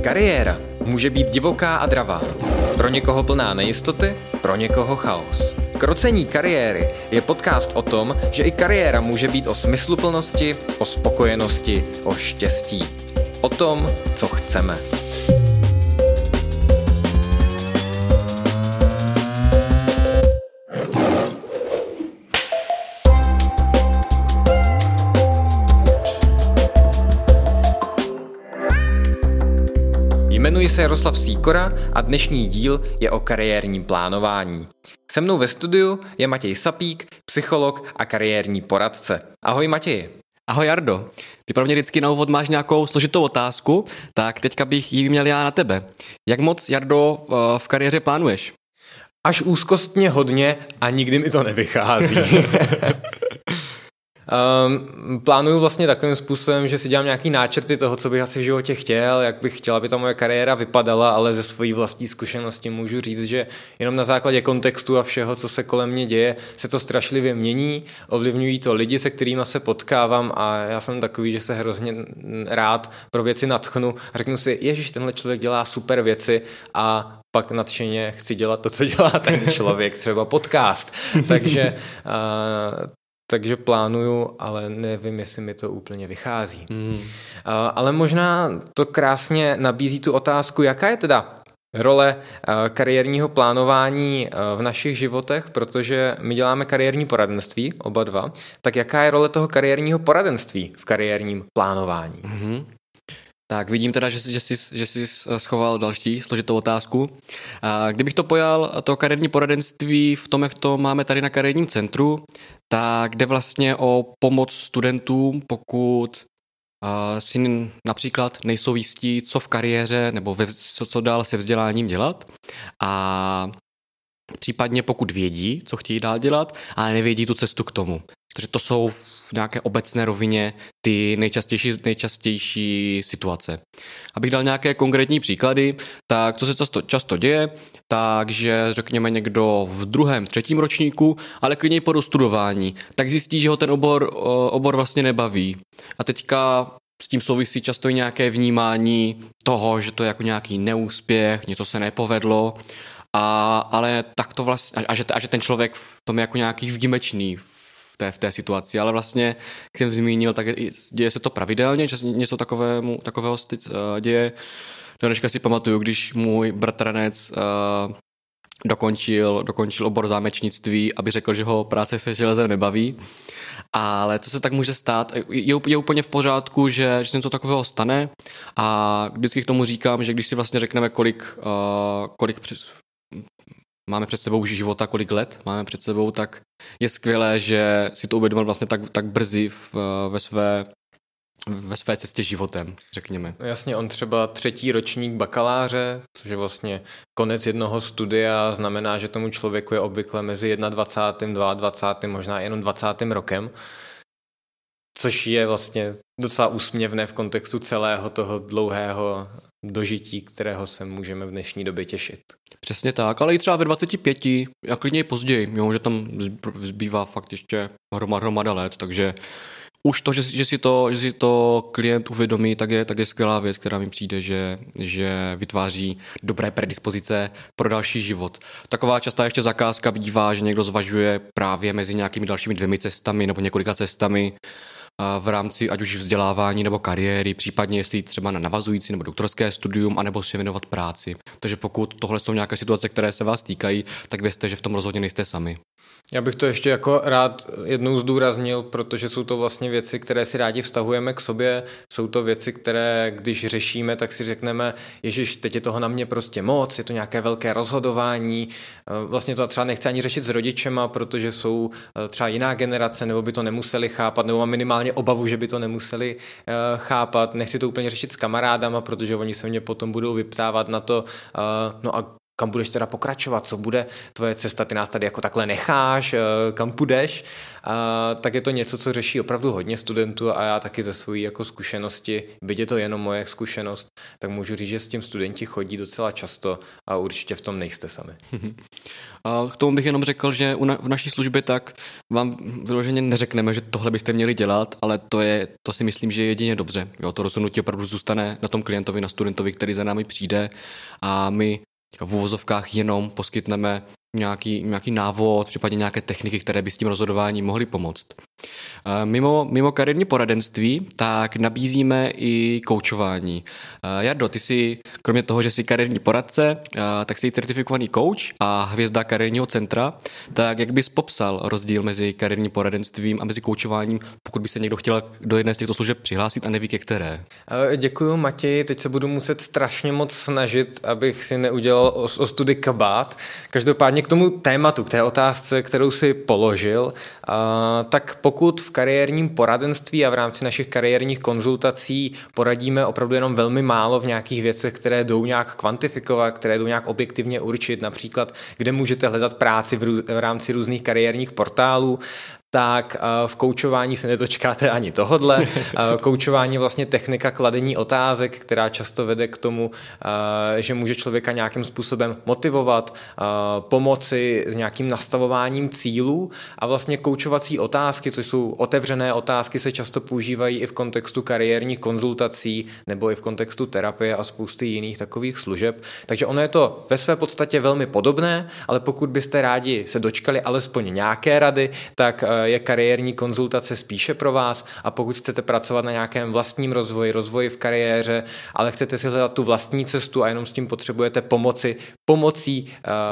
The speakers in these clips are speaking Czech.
Kariéra může být divoká a dravá. Pro někoho plná nejistoty, pro někoho chaos. Krocení kariéry je podcast o tom, že i kariéra může být o smysluplnosti, o spokojenosti, o štěstí. O tom, co chceme. Jmenuji se Jaroslav Sýkora a dnešní díl je o kariérním plánování. Se mnou ve studiu je Matěj Sapík, psycholog a kariérní poradce. Ahoj Matěji. Ahoj Jardo, ty pro mě vždycky na úvod máš nějakou složitou otázku, tak teďka bych ji měl já na tebe. Jak moc, Jardo, v kariéře plánuješ? Až úzkostně hodně a nikdy mi to nevychází. Plánuju vlastně takovým způsobem, že si dělám nějaký náčrty toho, co bych asi v životě chtěl, jak bych chtěl, aby ta moje kariéra vypadala, ale ze svojí vlastní zkušenosti můžu říct, že jenom na základě kontextu a všeho, co se kolem mě děje, se to strašlivě mění, ovlivňují to lidi, se kterými se potkávám a já jsem takový, že se hrozně rád pro věci nadchnu a řeknu si, ježiš, tenhle člověk dělá super věci a pak nadšeně chci dělat to, co dělá ten člověk, třeba podcast. Takže plánuju, ale nevím, jestli mi to úplně vychází. Ale možná to krásně nabízí tu otázku, jaká je teda role kariérního plánování v našich životech, protože my děláme kariérní poradenství, oba dva, tak jaká je role toho kariérního poradenství v kariérním plánování? Tak vidím teda, že jsi schoval další složitou otázku. Kdybych to pojal, to kariérní poradenství v tom, jak to máme tady na kariérním centru, tak jde vlastně o pomoc studentům, pokud si například nejsou jistí, co v kariéře nebo co dál se vzděláním dělat a případně pokud vědí, co chtějí dál dělat, ale nevědí tu cestu k tomu. Protože to jsou v nějaké obecné rovině ty nejčastější situace. Abych dal nějaké konkrétní příklady, tak to se často děje, takže řekněme někdo v 2., 3. ročníku, ale klidně po dostudování, tak zjistí, že ho ten obor vlastně nebaví. A teďka s tím souvisí často i nějaké vnímání toho, že to je jako nějaký neúspěch, něco se nepovedlo, ale tak to vlastně, a že ten člověk v tom je jako nějaký výjimečný v té situaci, ale vlastně, jak jsem zmínil, tak děje se to pravidelně, že něco takového se děje. Do dneška si pamatuju, když můj bratranec dokončil obor zámečnictví, aby řekl, že ho práce se železem nebaví, ale to se tak může stát. Je úplně v pořádku, že se něco takového stane a vždycky k tomu říkám, že když si vlastně řekneme, kolik máme před sebou života, kolik let máme před sebou, tak je skvělé, že si to uvědomil vlastně tak brzy ve své cestě životem, řekněme. Jasně, on třeba 3. ročník bakaláře, což je vlastně konec jednoho studia, znamená, že tomu člověku je obvykle mezi 21., 22., možná jenom 20. rokem, což je vlastně docela úsměvné v kontextu celého toho dlouhého dožití, kterého se můžeme v dnešní době těšit. Přesně tak, ale i třeba ve 25 a klidně i později, že tam zbývá fakt ještě hromada let, takže už to, že si to klient uvědomí, tak je skvělá věc, která mi přijde, že vytváří dobré predispozice pro další život. Taková častá ještě zakázka bývá, že někdo zvažuje právě mezi nějakými dalšími 2 cestami nebo několika cestami v rámci ať už vzdělávání nebo kariéry, případně jestli třeba na navazující nebo doktorské studium, anebo si věnovat práci. Takže pokud tohle jsou nějaké situace, které se vás týkají, tak vězte, že v tom rozhodně nejste sami. Já bych to ještě jako rád jednou zdůraznil, protože jsou to vlastně věci, které si rádi vztahujeme k sobě. Jsou to věci, které když řešíme, tak si řekneme, ježiš, teď je toho na mě prostě moc, je to nějaké velké rozhodování. Vlastně to třeba nechci ani řešit s rodičema, protože jsou třeba jiná generace, nebo by to nemuseli chápat, nebo mám minimálně obavu, že by to nemuseli chápat. Nechci to úplně řešit s kamarádama, protože oni se mě potom budou vyptávat na to, no a kam budeš teda pokračovat, co bude tvoje cesta, ty nás tady jako takhle necháš, kam půjdeš, tak je to něco, co řeší opravdu hodně studentů a já taky ze své jako zkušenosti, byť je to jenom moje zkušenost, tak můžu říct, že s tím studenti chodí docela často a určitě v tom nejste sami. A k tomu bych jenom řekl, že v naší službě tak vám vyloženě neřekneme, že tohle byste měli dělat, ale to si myslím, že je jedině dobře. Jo, to rozhodnutí opravdu zůstane na tom klientovi, na studentovi, který za námi přijde a my v uvozovkách jenom poskytneme nějaký návod, případně nějaké techniky, které by s tím rozhodováním mohly pomoct. Mimo kariérní poradenství, tak nabízíme i koučování. Jardo, ty jsi, kromě toho, že jsi kariérní poradce, tak jsi certifikovaný kouč a hvězda kariérního centra, tak jak bys popsal rozdíl mezi kariérním poradenstvím a mezi koučováním, pokud by se někdo chtěl do jedné z těchto služeb přihlásit a neví ke které? Děkuju, Matěj, teď se budu muset strašně moc snažit, abych si neudělal ostudy kabát. Každopádně k tomu tématu, k té otázce, kterou si položil, tak pokud v kariérním poradenství a v rámci našich kariérních konzultací poradíme opravdu jenom velmi málo v nějakých věcech, které jdou nějak kvantifikovat, které jdou nějak objektivně určit, například kde můžete hledat práci v rámci různých kariérních portálů, tak v koučování se nedočkáte ani tohodle. Koučování je vlastně technika kladení otázek, která často vede k tomu, že může člověka nějakým způsobem motivovat, pomoci s nějakým nastavováním cílů a vlastně koučovací otázky, což jsou otevřené otázky, se často používají i v kontextu kariérních konzultací nebo i v kontextu terapie a spousty jiných takových služeb. Takže ono je to ve své podstatě velmi podobné, ale pokud byste rádi se dočkali alespoň nějaké rady, tak je kariérní konzultace spíše pro vás a pokud chcete pracovat na nějakém vlastním rozvoji v kariéře, ale chcete si hledat tu vlastní cestu a jenom s tím potřebujete pomocí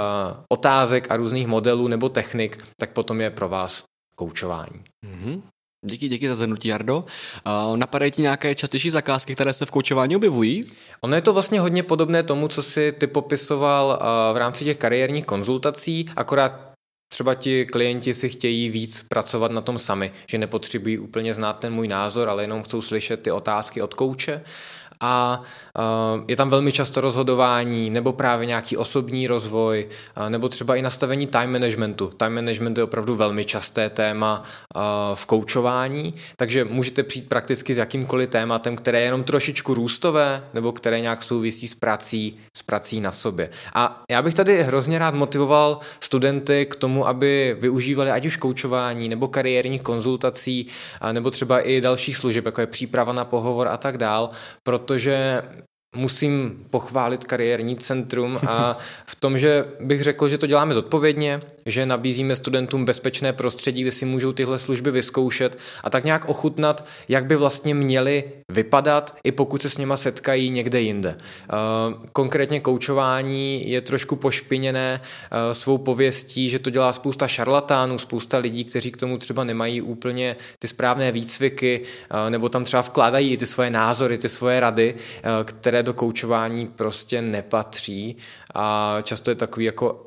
otázek a různých modelů nebo technik, tak potom je pro vás koučování. Mm-hmm. Díky za zhrnutí, Jardo. Napadají ti nějaké častější zakázky, které se v koučování objevují? Ono je to vlastně hodně podobné tomu, co si ty popisoval v rámci těch kariérních konzultací, akorát třeba ti klienti si chtějí víc pracovat na tom sami, že nepotřebují úplně znát ten můj názor, ale jenom chcou slyšet ty otázky od kouče. A je tam velmi často rozhodování nebo právě nějaký osobní rozvoj nebo třeba i nastavení time managementu. Time management je opravdu velmi časté téma v koučování, takže můžete přijít prakticky s jakýmkoliv tématem, které je jenom trošičku růstové nebo které nějak souvisí s prací na sobě. A já bych tady hrozně rád motivoval studenty k tomu, aby využívali ať už koučování nebo kariérních konzultací nebo třeba i dalších služeb, jako je příprava na pohovor a tak dál, protože musím pochválit kariérní centrum a v tom, že bych řekl, že to děláme zodpovědně, že nabízíme studentům bezpečné prostředí, kde si můžou tyhle služby vyzkoušet a tak nějak ochutnat, jak by vlastně měly vypadat, i pokud se s nima setkají někde jinde. Konkrétně koučování je trošku pošpiněné svou pověstí, že to dělá spousta šarlatánů, spousta lidí, kteří k tomu třeba nemají úplně ty správné výcviky, nebo tam třeba vkládají i ty svoje názory, ty svoje rady, které do koučování prostě nepatří a často je takový jako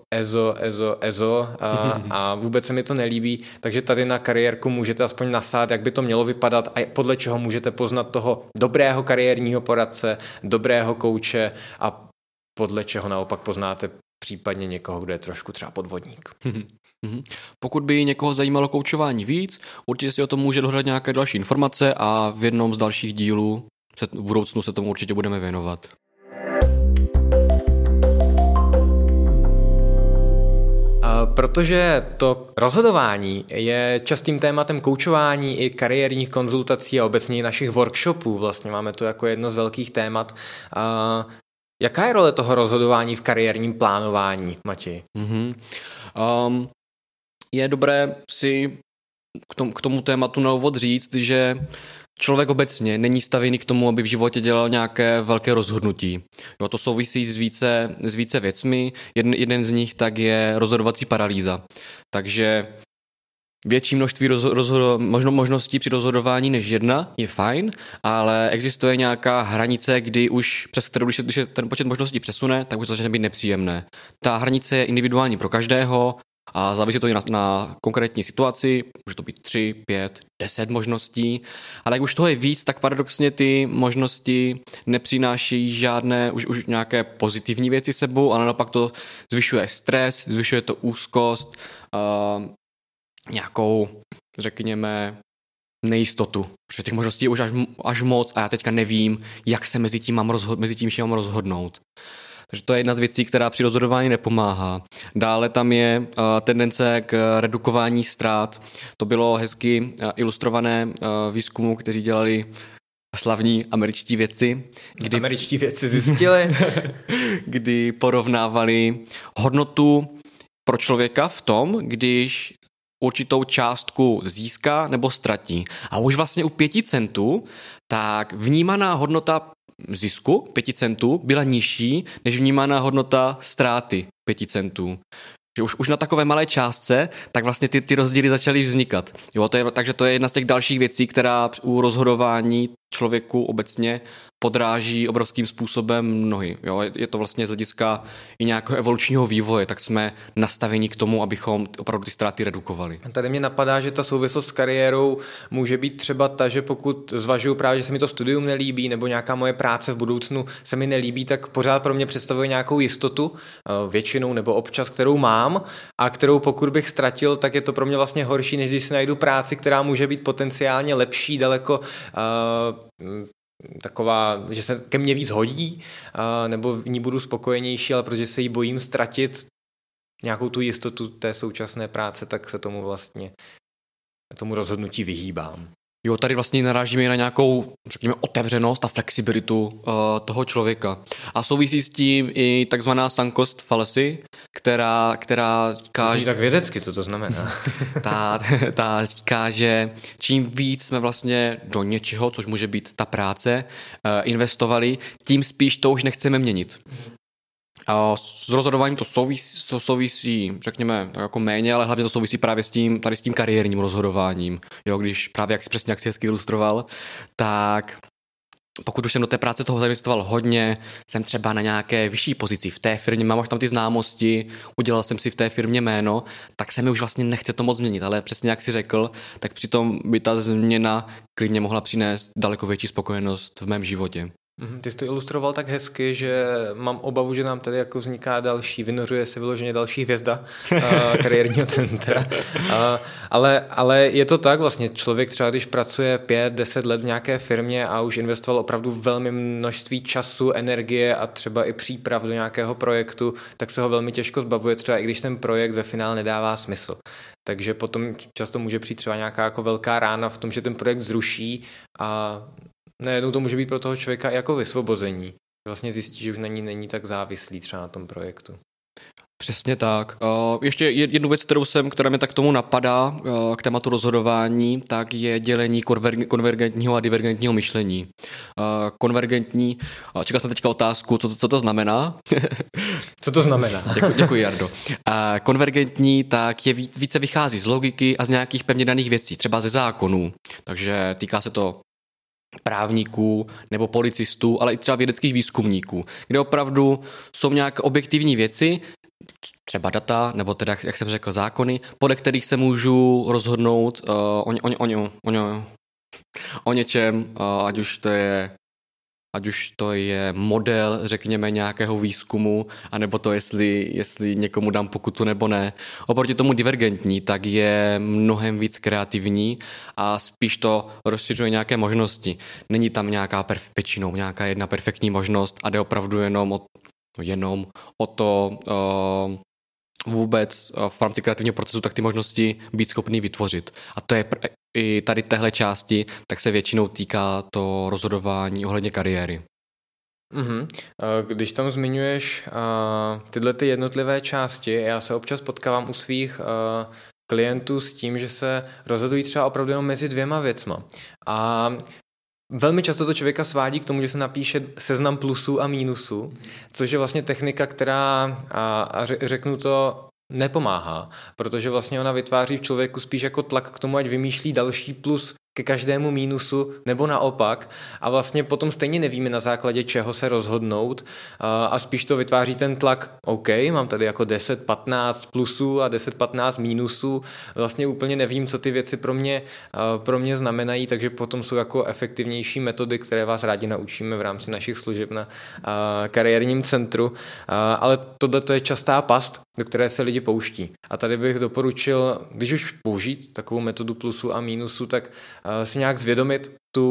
ezo a vůbec se mi to nelíbí, takže tady na kariérku můžete aspoň nasát, jak by to mělo vypadat a podle čeho můžete poznat toho dobrého kariérního poradce, dobrého kouče a podle čeho naopak poznáte případně někoho, kdo je trošku třeba podvodník. Pokud by někoho zajímalo koučování víc, určitě si o tom může dohledat nějaké další informace a v jednom z dalších dílů v budoucnu se tomu určitě budeme věnovat. Protože to rozhodování je častým tématem koučování i kariérních konzultací a obecně našich workshopů, vlastně máme to jako jedno z velkých témat. Jaká je role toho rozhodování v kariérním plánování, Matěj? Je dobré si k tomu tématu na úvod říct, že člověk obecně není stavěný k tomu, aby v životě dělal nějaké velké rozhodnutí. Jo, to souvisí s více věcmi. Jeden z nich tak je rozhodovací paralýza. Takže větší množství možností při rozhodování než jedna je fajn, ale existuje nějaká hranice, kdy už přes kterou, když se ten počet možností přesune, tak už to začne být nepříjemné. Ta hranice je individuální pro každého, A závisí to i na konkrétní situaci, může to být 3, 5, 10 možností, ale jak už toho je víc, tak paradoxně ty možnosti nepřináší žádné už nějaké pozitivní věci sebou, ale naopak to zvyšuje stres, zvyšuje to úzkost, nějakou, řekněme, nejistotu, protože těch možností je už až moc a já teďka nevím, jak se mezi tím mám rozhodnout. Takže to je jedna z věcí, která při rozhodování nepomáhá. Dále tam je tendence k redukování ztrát. To bylo hezky ilustrované výzkumu, kteří dělali slavní američtí vědci. Američtí vědci zjistili, kdy porovnávali hodnotu pro člověka v tom, když určitou částku získá nebo ztratí. A už vlastně u 5 centů, tak vnímaná hodnota zisku 5 centů byla nižší, než vnímaná hodnota ztráty 5 centů. Že už na takové malé částce, tak vlastně ty rozdíly začaly vznikat. Jo, takže to je jedna z těch dalších věcí, která u rozhodování člověku obecně podráží obrovským způsobem nohy. Jo, je to vlastně z hlediska i nějakého evolučního vývoje, tak jsme nastaveni k tomu, abychom opravdu ty ztráty redukovali. Tady mě napadá, že ta souvislost s kariérou může být třeba ta, že pokud zvažuju právě, že se mi to studium nelíbí nebo nějaká moje práce v budoucnu se mi nelíbí, tak pořád pro mě představuje nějakou jistotu, většinou nebo občas, kterou mám a kterou pokud bych ztratil, tak je to pro mě vlastně horší, než když si najdu práci, která může být potenciálně lepší, daleko taková, že se ke mně víc hodí, nebo v ní budu spokojenější, ale protože se jí bojím ztratit nějakou tu jistotu té současné práce, tak se tomu rozhodnutí vyhýbám. Jo, tady vlastně narážíme na nějakou, řekněme, otevřenost a flexibilitu toho člověka. A souvisí s tím i takzvaná sunk cost fallacy, která říká... To tak vědecky, co to znamená? ta říká, že čím víc jsme vlastně do něčeho, což může být ta práce, investovali, tím spíš to už nechceme měnit. A s rozhodováním to souvisí, řekněme, jako méně, ale hlavně to souvisí právě s tím kariérním rozhodováním. Jo, když právě jak si hezky ilustroval, tak pokud už jsem do té práce toho zainvestoval hodně, jsem třeba na nějaké vyšší pozici v té firmě, mám už tam ty známosti, udělal jsem si v té firmě jméno, tak se mi už vlastně nechce to moc změnit, ale přesně jak si řekl, tak přitom by ta změna klidně mohla přinést daleko větší spokojenost v mém životě. Ty jsi to ilustroval tak hezky, že mám obavu, že nám tady jako vzniká vynořuje se vyloženě další hvězda kariérního centra. Ale je to tak vlastně, člověk třeba když pracuje 5-10 let v nějaké firmě a už investoval opravdu velmi množství času, energie a třeba i příprav do nějakého projektu, tak se ho velmi těžko zbavuje, třeba i když ten projekt ve finále nedává smysl. Takže potom často může přijít třeba nějaká jako velká rána v tom, že ten projekt zruší a najednou to může být pro toho člověka jako vysvobození. Vlastně zjistí, že už není tak závislý třeba na tom projektu. Přesně tak. Ještě jednu věc, která mě tak tomu napadá k tématu rozhodování, tak je dělení konvergentního a divergentního myšlení. Konvergentní, čekal jsem teďka otázku, co to znamená? Co to znamená? Děkuji, Jardo. Konvergentní tak více vychází z logiky a z nějakých pevně daných věcí, třeba ze zákonů. Takže týká se to právníků nebo policistů, ale i třeba vědeckých výzkumníků, kde opravdu jsou nějaké objektivní věci, třeba data, nebo teda, jak jsem řekl, zákony, podle kterých se můžu rozhodnout o něčem, ať už to je model, řekněme, nějakého výzkumu, anebo to, jestli někomu dám pokutu nebo ne. Oproti tomu divergentní, tak je mnohem víc kreativní a spíš to rozšiřuje nějaké možnosti. Není tam většinou nějaká jedna perfektní možnost a jde opravdu jenom o to vůbec v rámci kreativního procesu tak ty možnosti být schopný vytvořit. A to je i tady téhle části, tak se většinou týká to rozhodování ohledně kariéry. Když tam zmiňuješ tyhle ty jednotlivé části, já se občas potkávám u svých klientů s tím, že se rozhodují třeba opravdu jenom mezi 2 věcma. A velmi často to člověka svádí k tomu, že se napíše seznam plusů a mínusů, což je vlastně technika, která, a řeknu to, nepomáhá, protože vlastně ona vytváří v člověku spíš jako tlak k tomu, ať vymýšlí další plus ke každému mínusu, nebo naopak. A vlastně potom stejně nevíme, na základě čeho se rozhodnout a spíš to vytváří ten tlak, OK, mám tady jako 10-15 plusů a 10-15 mínusů, vlastně úplně nevím, co ty věci pro mě znamenají, takže potom jsou jako efektivnější metody, které vás rádi naučíme v rámci našich služeb na kariérním centru, ale tohle to je častá past, do které se lidi pouští. A tady bych doporučil, když už použít takovou metodu plusu a mínusu, tak si nějak zvědomit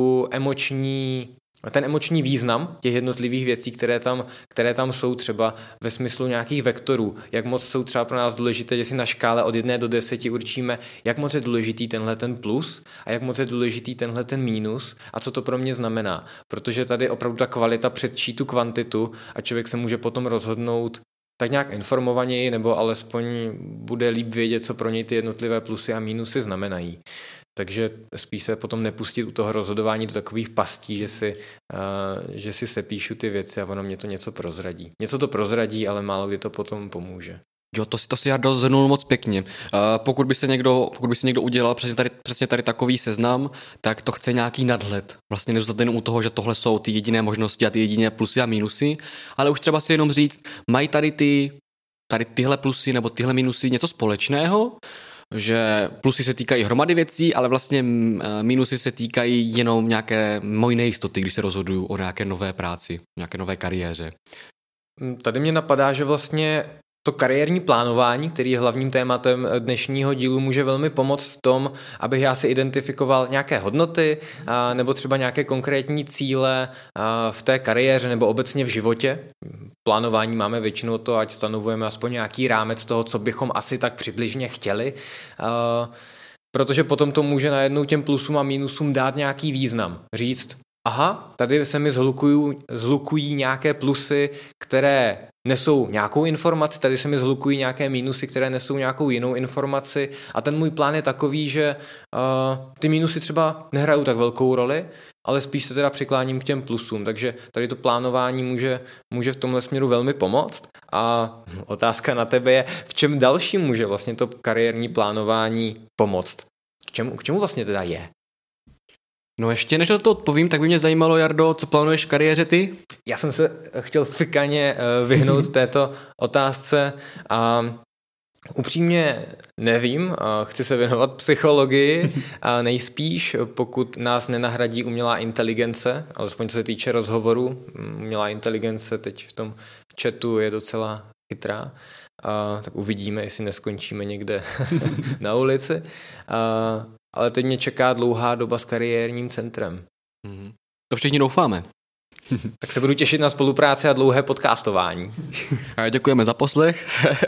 ten emoční význam těch jednotlivých věcí, které tam jsou třeba ve smyslu nějakých vektorů, jak moc jsou třeba pro nás důležité, že si na škále od 1 do 10 určíme, jak moc je důležitý tenhle ten plus a jak moc je důležitý tenhle ten mínus a co to pro mě znamená. Protože tady opravdu ta kvalita předčí tu kvantitu a člověk se může potom rozhodnout tak nějak informovaněji, nebo alespoň bude líp vědět, co pro něj ty jednotlivé plusy a mínusy znamenají. Takže spíš se potom nepustit u toho rozhodování do takových pastí, že si sepíšu ty věci a ono mě to něco prozradí. Něco to prozradí, ale málo kdy to potom pomůže. Jo, to si Jardo zhrnul moc pěkně. Pokud by si někdo udělal přesně tady takový seznam, tak to chce nějaký nadhled. Vlastně nezůstat jenom u toho, že tohle jsou ty jediné možnosti a ty jediné plusy a mínusy, ale už třeba si jenom říct, mají tady tyhle plusy nebo tyhle mínusy něco společného, že plusy se týkají hromady věcí, ale vlastně mínusy se týkají jenom nějaké mojí nejistoty, když se rozhoduju o nějaké nové práci, nějaké nové kariéře. Tady mě napadá, že vlastně to kariérní plánování, který je hlavním tématem dnešního dílu, může velmi pomoct v tom, abych já si identifikoval nějaké hodnoty nebo třeba nějaké konkrétní cíle v té kariéře nebo obecně v životě. Plánování máme většinou to, ať stanovujeme aspoň nějaký rámec toho, co bychom asi tak přibližně chtěli, protože potom to může najednou těm plusům a mínusům dát nějaký význam. Říct, aha, tady se mi zhlukují nějaké plusy, které nesou nějakou informaci, tady se mi zhlukují nějaké mínusy, které nesou nějakou jinou informaci a ten můj plán je takový, že ty mínusy třeba nehrajou tak velkou roli, ale spíš se teda přikláním k těm plusům, takže tady to plánování může v tomhle směru velmi pomoct a otázka na tebe je, v čem dalším může vlastně to kariérní plánování pomoct? K čemu vlastně teda je? No ještě než na to odpovím, tak by mě zajímalo, Jardo, co plánuješ v kariéře ty? Já jsem se chtěl fikaně vyhnout této otázce a upřímně nevím, chci se věnovat psychologii a nejspíš, pokud nás nenahradí umělá inteligence, alespoň co se týče rozhovoru, umělá inteligence teď v tom chatu je docela chytrá, tak uvidíme, jestli neskončíme někde na ulici. Ale teď mě čeká dlouhá doba s kariérním centrem. To všichni doufáme. Tak se budu těšit na spolupráci a dlouhé podcastování. Děkujeme za poslech.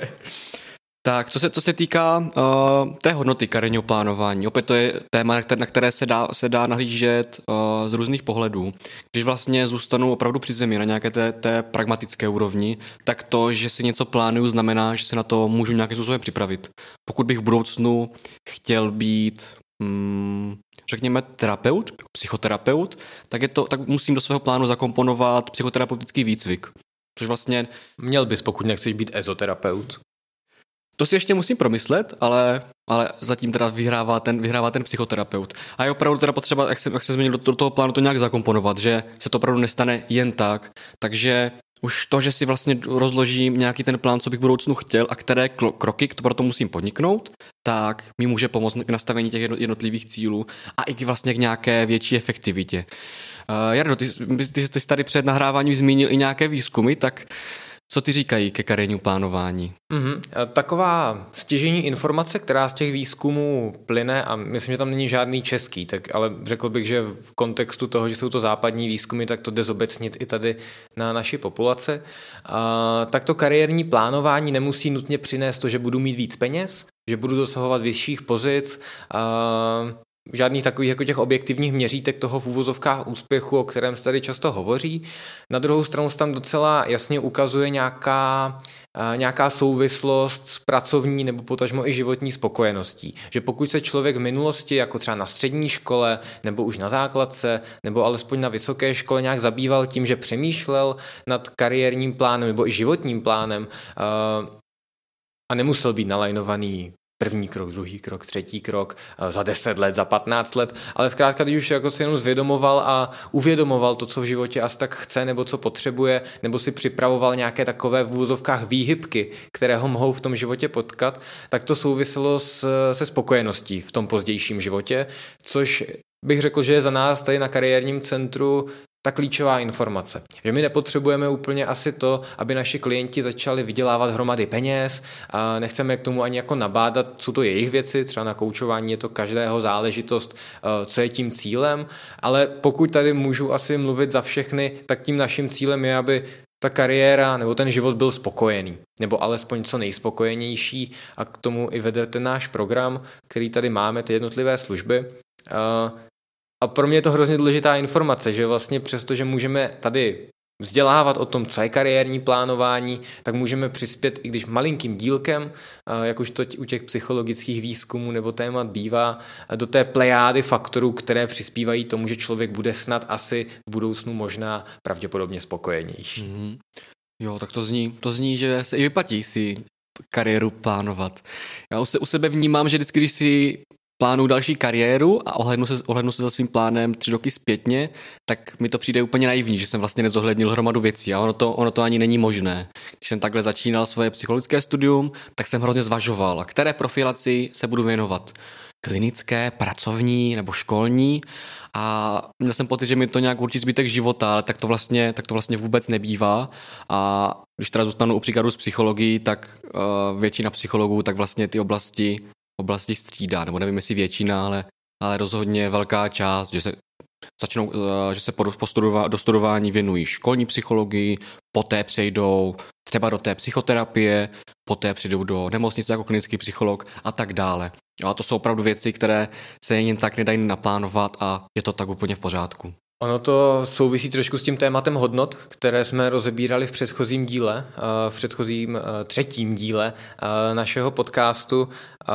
Tak, co se týká té hodnoty kariérního plánování, opět to je téma, na které se dá nahlížet z různých pohledů. Když vlastně zůstanu opravdu při zemi na nějaké té pragmatické úrovni, tak to, že si něco plánuju, znamená, že se na to můžu nějakým způsobem připravit. Pokud bych v budoucnu chtěl být řekněme terapeut, psychoterapeut, tak musím do svého plánu zakomponovat psychoterapeutický výcvik. Což vlastně měl bys, pokud nechceš být ezoterapeut. To si ještě musím promyslet, ale zatím teda vyhrává ten psychoterapeut. A je opravdu teda potřeba, jak se změnil do toho plánu, to nějak zakomponovat, že se to opravdu nestane jen tak. Takže už to, že si vlastně rozložím nějaký ten plán, co bych v budoucnu chtěl a které kroky pro to musím podniknout, tak mi může pomoct k nastavení těch jednotlivých cílů a i vlastně k nějaké větší efektivitě. Jardo, ty jsi tady před nahráváním zmínil i nějaké výzkumy, tak co ty říkají ke kariérnímu plánování? Taková stěžejní informace, která z těch výzkumů plyne, a myslím, že tam není žádný český, ale řekl bych, že v kontextu toho, že jsou to západní výzkumy, tak to jde zobecnit i tady na naši populaci. Tak to kariérní plánování nemusí nutně přinést to, že budu mít víc peněz, že budu dosahovat vyšších pozic, žádných takových jako těch objektivních měřítek toho v úvozovkách úspěchu, o kterém se tady často hovoří. Na druhou stranu se tam docela jasně ukazuje nějaká souvislost s pracovní nebo potažmo i životní spokojeností. Že pokud se člověk v minulosti, jako třeba na střední škole, nebo už na základce, nebo alespoň na vysoké škole nějak zabýval tím, že přemýšlel nad kariérním plánem nebo i životním plánem a nemusel být nalajnovaný první krok, druhý krok, třetí krok, za 10 let, za 15 let, ale zkrátka, když už jako si jenom zvědomoval a uvědomoval to, co v životě asi tak chce, nebo co potřebuje, nebo si připravoval nějaké takové v úvozovkách výhybky, které ho mohou v tom životě potkat, tak to souviselo se spokojeností v tom pozdějším životě, což bych řekl, že je za nás tady na kariérním centru ta klíčová informace. Že my nepotřebujeme úplně asi to, aby naši klienti začali vydělávat hromady peněz a nechceme k tomu ani jako nabádat, co to jejich věci, třeba na koučování je to každého záležitost, co je tím cílem, ale pokud tady můžu asi mluvit za všechny, tak tím naším cílem je, aby ta kariéra nebo ten život byl spokojený, nebo alespoň co nejspokojenější a k tomu i vede ten náš program, který tady máme, ty jednotlivé služby. A pro mě je to hrozně důležitá informace, že vlastně přesto, že můžeme tady vzdělávat o tom, co je kariérní plánování, tak můžeme přispět, i když malinkým dílkem, jak už to u těch psychologických výzkumů nebo témat bývá, do té plejády faktorů, které přispívají tomu, že člověk bude snad asi v budoucnu možná pravděpodobně spokojenější. Mm-hmm. Jo, tak to zní, že se i vyplatí si kariéru plánovat. Já u sebe vnímám, že vždycky, když si plánuju další kariéru a ohlédnu se za svým plánem 3 roky zpětně, tak mi to přijde úplně naivní, že jsem vlastně nezohlednil hromadu věcí a ono to ani není možné. Když jsem takhle začínal svoje psychologické studium, tak jsem hrozně zvažoval, které profilaci se budu věnovat. Klinické, pracovní nebo školní a měl jsem pocit, že mi to nějak určí zbytek života, ale tak to vlastně vůbec nebývá a když teda zůstanu u příkladu z psychologii, tak většina psychologů tak vlastně ty oblasti střídá, nebo nevím, jestli většina, ale rozhodně velká část, že se do studování věnují školní psychologii, poté přejdou třeba do té psychoterapie, poté přijdou do nemocnice jako klinický psycholog a tak dále. A to jsou opravdu věci, které se jen tak nedají naplánovat a je to tak úplně v pořádku. Ono to souvisí trošku s tím tématem hodnot, které jsme rozebírali v předchozím díle, v předchozím 3. díle našeho podcastu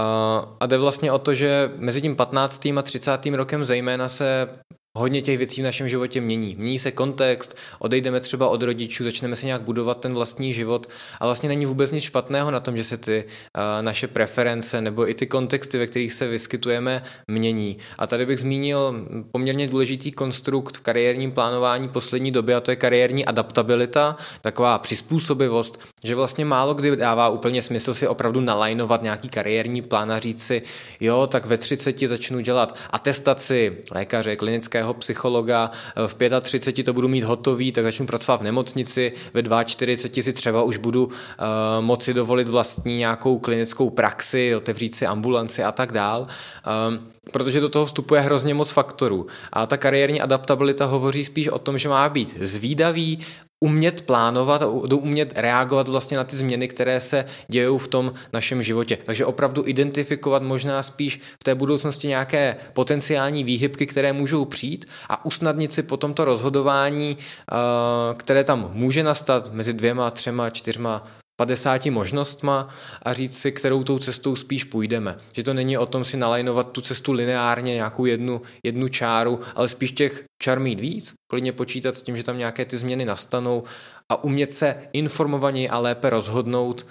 a jde vlastně o to, že mezi tím 15. a 30. rokem zejména se hodně těch věcí v našem životě mění. Mění se kontext, odejdeme třeba od rodičů, začneme si nějak budovat ten vlastní život a vlastně není vůbec nic špatného na tom, že se ty naše preference nebo i ty kontexty, ve kterých se vyskytujeme, mění. A tady bych zmínil poměrně důležitý konstrukt v kariérním plánování poslední doby a to je kariérní adaptabilita, taková přizpůsobivost, že vlastně málo kdy dává úplně smysl si opravdu nalajnovat nějaký kariérní plán a říct si, jo, tak ve 30 začnu dělat atestaci lékaře, klinického psychologa, v 35 to budu mít hotový, tak začnu pracovat v nemocnici, ve 42 si třeba už budu moci dovolit vlastní nějakou klinickou praxi, otevřít si ambulanci a tak dál, protože do toho vstupuje hrozně moc faktorů. A ta kariérní adaptabilita hovoří spíš o tom, že má být zvídavý, umět plánovat a umět reagovat vlastně na ty změny, které se dějou v tom našem životě. Takže opravdu identifikovat možná spíš v té budoucnosti nějaké potenciální výhybky, které můžou přijít a usnadnit si potom to rozhodování, které tam může nastat mezi 2, 3, 4, 50 možnostma a říct si, kterou tou cestou spíš půjdeme. Že to není o tom si nalajnovat tu cestu lineárně, nějakou jednu čáru, ale spíš těch čar mít víc, klidně počítat s tím, že tam nějaké ty změny nastanou a umět se informovaněji a lépe rozhodnout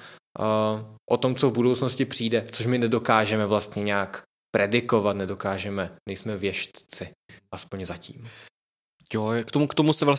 o tom, co v budoucnosti přijde, což my nedokážeme vlastně nějak predikovat, nejsme věštci, aspoň zatím. Jo, k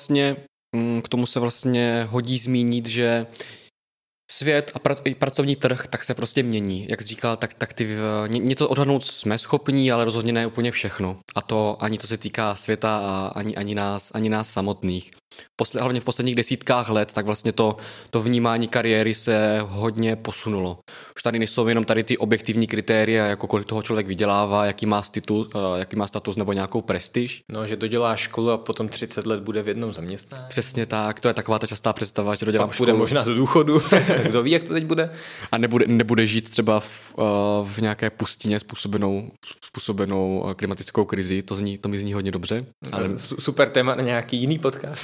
tomu se vlastně hodí zmínit, že svět a pracovní trh tak se prostě mění. Jak jsi říkal, tak něco odhadnout jsme schopní, ale rozhodně ne úplně všechno. A to ani to se týká světa a ani nás samotných. Hlavně v posledních desítkách let, tak vlastně to vnímání kariéry se hodně posunulo. Už tady nejsou jenom tady ty objektivní kritéria, jako kolik toho člověk vydělává, jaký má status nebo nějakou prestiž. No, že dodělá školu a potom 30 let bude v jednom zaměstnání. Přesně tak, to je taková ta častá představa, že dodělám školu. Pak bude možná do důchodu, kdo ví, jak to teď bude. A nebude žít třeba v nějaké pustině způsobenou klimatickou krizi, to mi zní hodně dobře. Ale super téma na nějaký jiný podcast.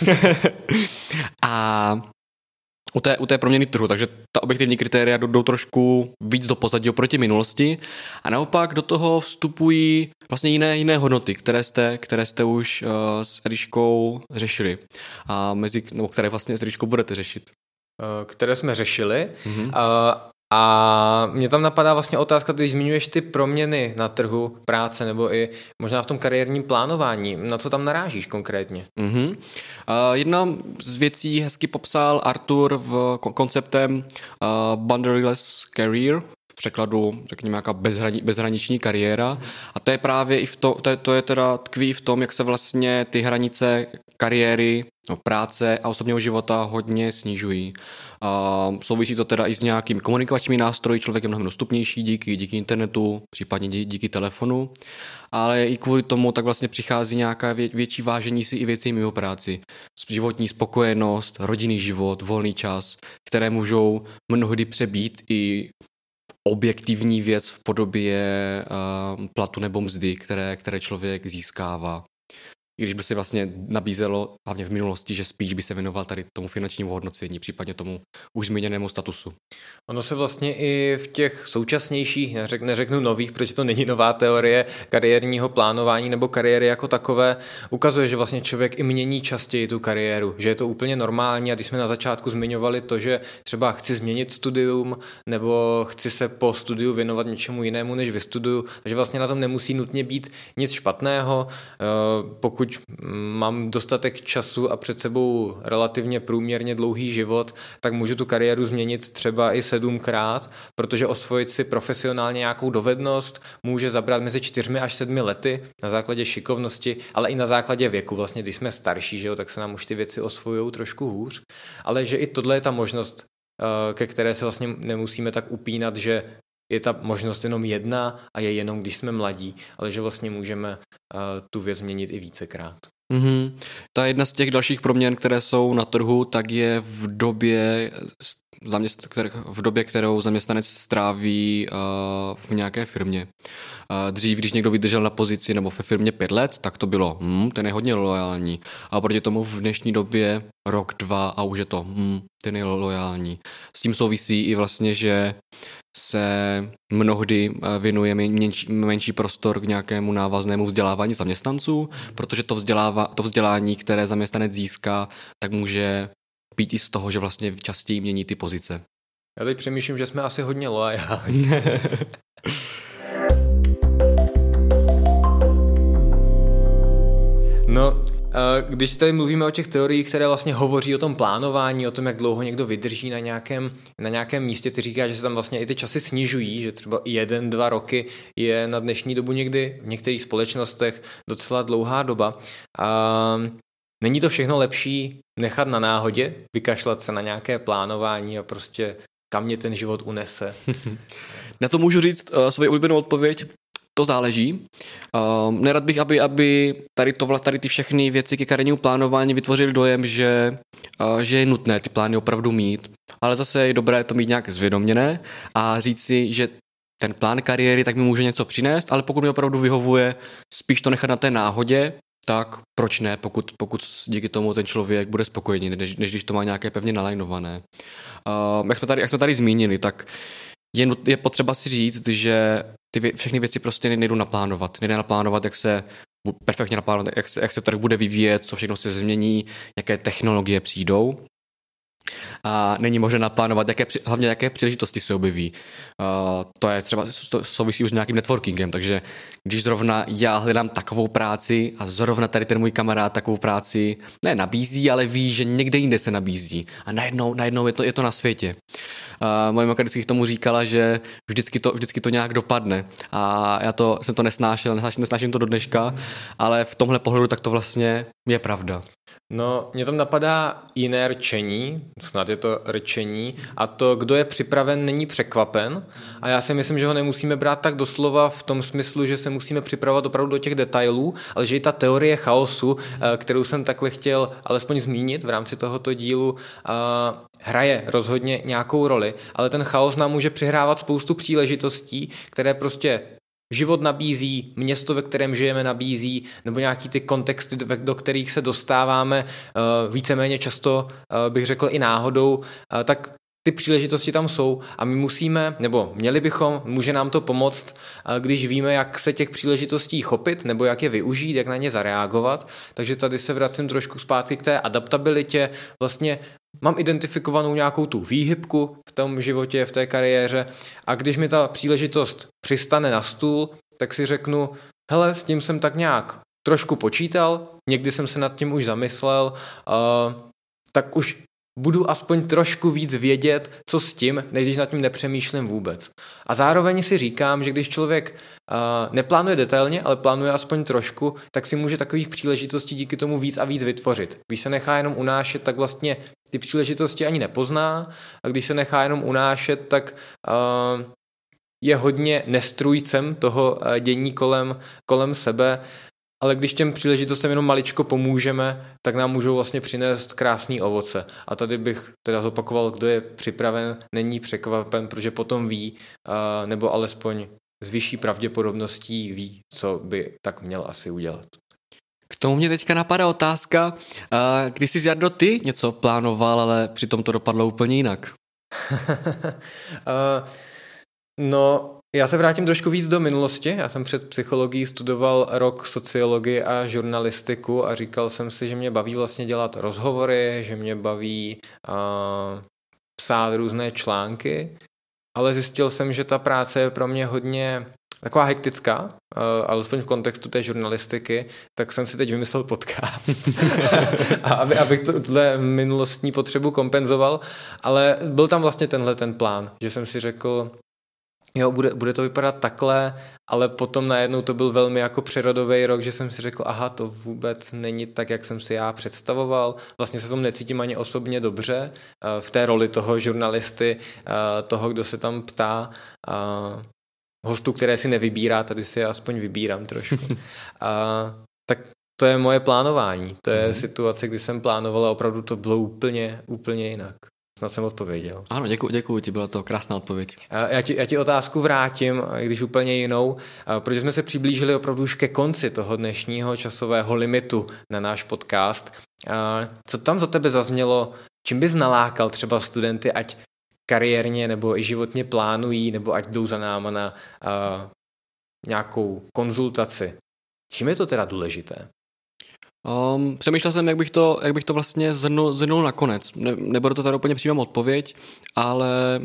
A u té proměny trhu, takže ta objektivní kritéria jdou trošku víc do pozadí oproti minulosti a naopak do toho vstupují vlastně jiné hodnoty, které jste už s Eliškou řešili a které vlastně s Eliškou budete řešit. Které jsme řešili. A mě tam napadá vlastně otázka, když zmiňuješ ty proměny na trhu práce nebo i možná v tom kariérním plánování. Na co tam narážíš konkrétně? Jedna z věcí hezky popsal Artur v konceptem boundaryless career, v překladu, řekněme, nějaká bezhraniční kariéra. A to je právě i v tom, to je teda tkví v tom, jak se vlastně ty hranice kariéry, práce a osobního života hodně snižují. Souvisí to teda i s nějakými komunikačními nástroji, člověk je mnohem dostupnější díky internetu, případně díky telefonu, ale i kvůli tomu tak vlastně přichází nějaká větší vážení si i věcí mimo práci. Životní spokojenost, rodinný život, volný čas, které můžou mnohdy přebít i objektivní věc v podobě platu nebo mzdy, které člověk získává. I když by se vlastně nabízelo, hlavně v minulosti, že spíš by se věnoval tady tomu finančnímu hodnocení, případně tomu už zmíněnému statusu. Ono se vlastně i v těch současnějších, neřeknu nových, protože to není nová teorie kariérního plánování nebo kariéry jako takové, ukazuje, že vlastně člověk i mění častěji tu kariéru, že je to úplně normální. A když jsme na začátku zmiňovali to, že třeba chci změnit studium nebo chci se po studiu věnovat něčemu jinému, než vystuduju, takže vlastně na tom nemusí nutně být nic špatného, pokud mám dostatek času a před sebou relativně průměrně dlouhý život, tak můžu tu kariéru změnit třeba i 7krát, protože osvojit si profesionálně nějakou dovednost může zabrat mezi 4 až 7 lety na základě šikovnosti, ale i na základě věku. Vlastně, když jsme starší, že jo, tak se nám už ty věci osvojují trošku hůř, ale že i tohle je ta možnost, ke které se vlastně nemusíme tak upínat, že je ta možnost jenom jedna a je jenom, když jsme mladí, ale že vlastně můžeme tu věc změnit i vícekrát. Ta jedna z těch dalších proměn, které jsou na trhu, tak je v době, kterou zaměstnanec stráví v nějaké firmě. Dřív, když někdo vydržel na pozici nebo ve firmě 5 let, tak to bylo, ten je hodně loajální. A proti tomu v dnešní době rok, 2 a už je to, ten je loajální. S tím souvisí i vlastně, že se mnohdy věnuje menší prostor k nějakému návaznému vzdělávání zaměstnanců, protože to vzdělání, které zaměstnanec získá, tak může být i z toho, že vlastně častěji mění ty pozice. Já teď přemýšlím, že jsme asi hodně loajální. No, když tady mluvíme o těch teoriích, které vlastně hovoří o tom plánování, o tom, jak dlouho někdo vydrží na nějakém místě, ty říká, že se tam vlastně i ty časy snižují, že třeba 1-2 roky je na dnešní dobu někdy v některých společnostech docela dlouhá doba. Není to všechno lepší nechat na náhodě, vykašlat se na nějaké plánování a prostě kam mě ten život unese? Na to můžu říct svoji oblíbenou odpověď. To záleží. Nerad bych, aby tady ty všechny věci ke kariérnímu plánování vytvořily dojem, že je nutné ty plány opravdu mít, ale zase je dobré to mít nějak zvědoměné a říct si, že ten plán kariéry tak mi může něco přinést, ale pokud mi opravdu vyhovuje spíš to nechat na té náhodě, tak proč ne, pokud díky tomu ten člověk bude spokojený, než když to má nějaké pevně nalajnované. Jak jsme tady zmínili, tak je potřeba si říct, že ty všechny věci prostě nejdu naplánovat. Nejde naplánovat, perfektně naplánovat, jak se trh bude vyvíjet, co všechno se změní, jaké technologie přijdou. A není možné naplánovat, hlavně jaké příležitosti se objeví. To je třeba souvisí už s nějakým networkingem, takže když zrovna já hledám takovou práci a zrovna tady ten můj kamarád takovou práci ne nabízí, ale ví, že někde jinde se nabízí. A najednou je to na světě. Moje mamka vždycky k tomu říkala, že vždycky to nějak dopadne. A jsem to nesnáším to do dneška, ale v tomhle pohledu tak to vlastně je pravda. No, mě tam napadá jiné rčení, snad je to rčení, a to, kdo je připraven, není překvapen. A já si myslím, že ho nemusíme brát tak doslova v tom smyslu, že se musíme připravovat opravdu do těch detailů, ale že i ta teorie chaosu, kterou jsem takhle chtěl alespoň zmínit v rámci tohoto dílu, hraje rozhodně nějakou roli, ale ten chaos nám může přihrávat spoustu příležitostí, které prostě život nabízí, město, ve kterém žijeme, nabízí, nebo nějaký ty kontexty, do kterých se dostáváme víceméně často, bych řekl i náhodou, tak ty příležitosti tam jsou a my může nám to pomoct, když víme, jak se těch příležitostí chopit, nebo jak je využít, jak na ně zareagovat. Takže tady se vracím trošku zpátky k té adaptabilitě. Vlastně mám identifikovanou nějakou tu výhybku v tom životě, v té kariéře a když mi ta příležitost přistane na stůl, tak si řeknu, hele, s tím jsem tak nějak trošku počítal, někdy jsem se nad tím už zamyslel, tak už budu aspoň trošku víc vědět, co s tím, než když nad tím nepřemýšlím vůbec. A zároveň si říkám, že když člověk neplánuje detailně, ale plánuje aspoň trošku, tak si může takových příležitostí díky tomu víc a víc vytvořit. Když se nechá jenom unášet, tak vlastně ty příležitosti ani nepozná, a když se nechá jenom unášet, tak je hodně nestrůjcem toho dění kolem sebe, ale když těm příležitostem jenom maličko pomůžeme, tak nám můžou vlastně přinést krásný ovoce. A tady bych teda zopakoval, kdo je připraven, není překvapen, protože potom ví, nebo alespoň s vyšší pravděpodobností ví, co by tak měl asi udělat. K tomu mě teďka napadá otázka, když jsi, Jardo, ty něco plánoval, ale přitom to dopadlo úplně jinak. No, já se vrátím trošku víc do minulosti. Já jsem před psychologií studoval rok sociologii a žurnalistiku a říkal jsem si, že mě baví vlastně dělat rozhovory, že mě baví psát různé články, ale zjistil jsem, že ta práce je pro mě hodně taková hektická, alespoň v kontextu té žurnalistiky, tak jsem si teď vymyslel podcast, abych tuhle minulostní potřebu kompenzoval, ale byl tam vlastně tenhle ten plán, že jsem si řekl, jo, bude to vypadat takhle, ale potom najednou to byl velmi jako přerodový rok, že jsem si řekl, aha, to vůbec není tak, jak jsem si já představoval. Vlastně se v tom necítím ani osobně dobře, v té roli toho žurnalisty, toho, kdo se tam ptá, hostů, které si nevybírá, tady si je aspoň vybírám trošku. Tak to je moje plánování. To je situace, kdy jsem plánoval a opravdu to bylo úplně jinak. Snad jsem odpověděl. Ano, děkuji ti, byla to krásná odpověď. Já ti otázku vrátím, když úplně jinou, protože jsme se přiblížili opravdu už ke konci toho dnešního časového limitu na náš podcast. Co tam za tebe zaznělo, čím bys nalákal třeba studenty, ať kariérně nebo i životně plánují, nebo ať jdou za náma na nějakou konzultaci? Čím je to teda důležité? Přemýšlel jsem, jak bych to vlastně zhrnul nakonec. Nebude to tady úplně přímá odpověď, ale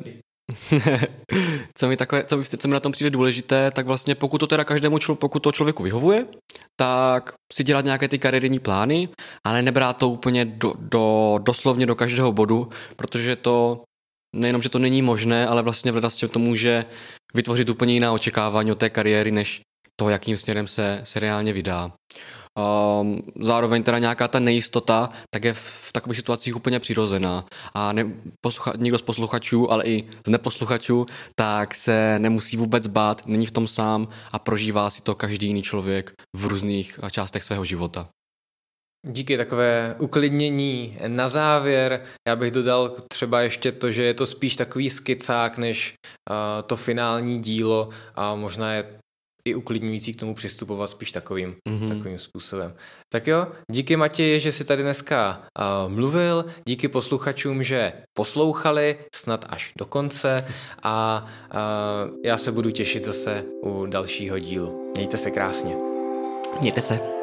co mi na tom přijde důležité, tak vlastně pokud to teda pokud to člověku vyhovuje, tak si dělat nějaké ty kariérní plány, ale nebrát to úplně doslovně do každého bodu, protože to nejenom, že to není možné, ale vlastně vlastně to může vytvořit úplně jiná očekávání od té kariéry, než to, jakým směrem se reálně vydá. Zároveň teda nějaká ta nejistota tak je v takových situacích úplně přirozená a někdo z posluchačů, ale i z neposluchačů, tak se nemusí vůbec bát, není v tom sám a prožívá si to každý jiný člověk v různých částech svého života. Díky, takové uklidnění na závěr. Já bych dodal třeba ještě to, že je to spíš takový skicák, než to finální dílo a možná je i uklidňující k tomu přistupovat spíš takovým způsobem. Tak jo, díky Matěji, že jsi tady dneska mluvil, díky posluchačům, že poslouchali snad až do konce a já se budu těšit zase u dalšího dílu. Mějte se krásně. Mějte se.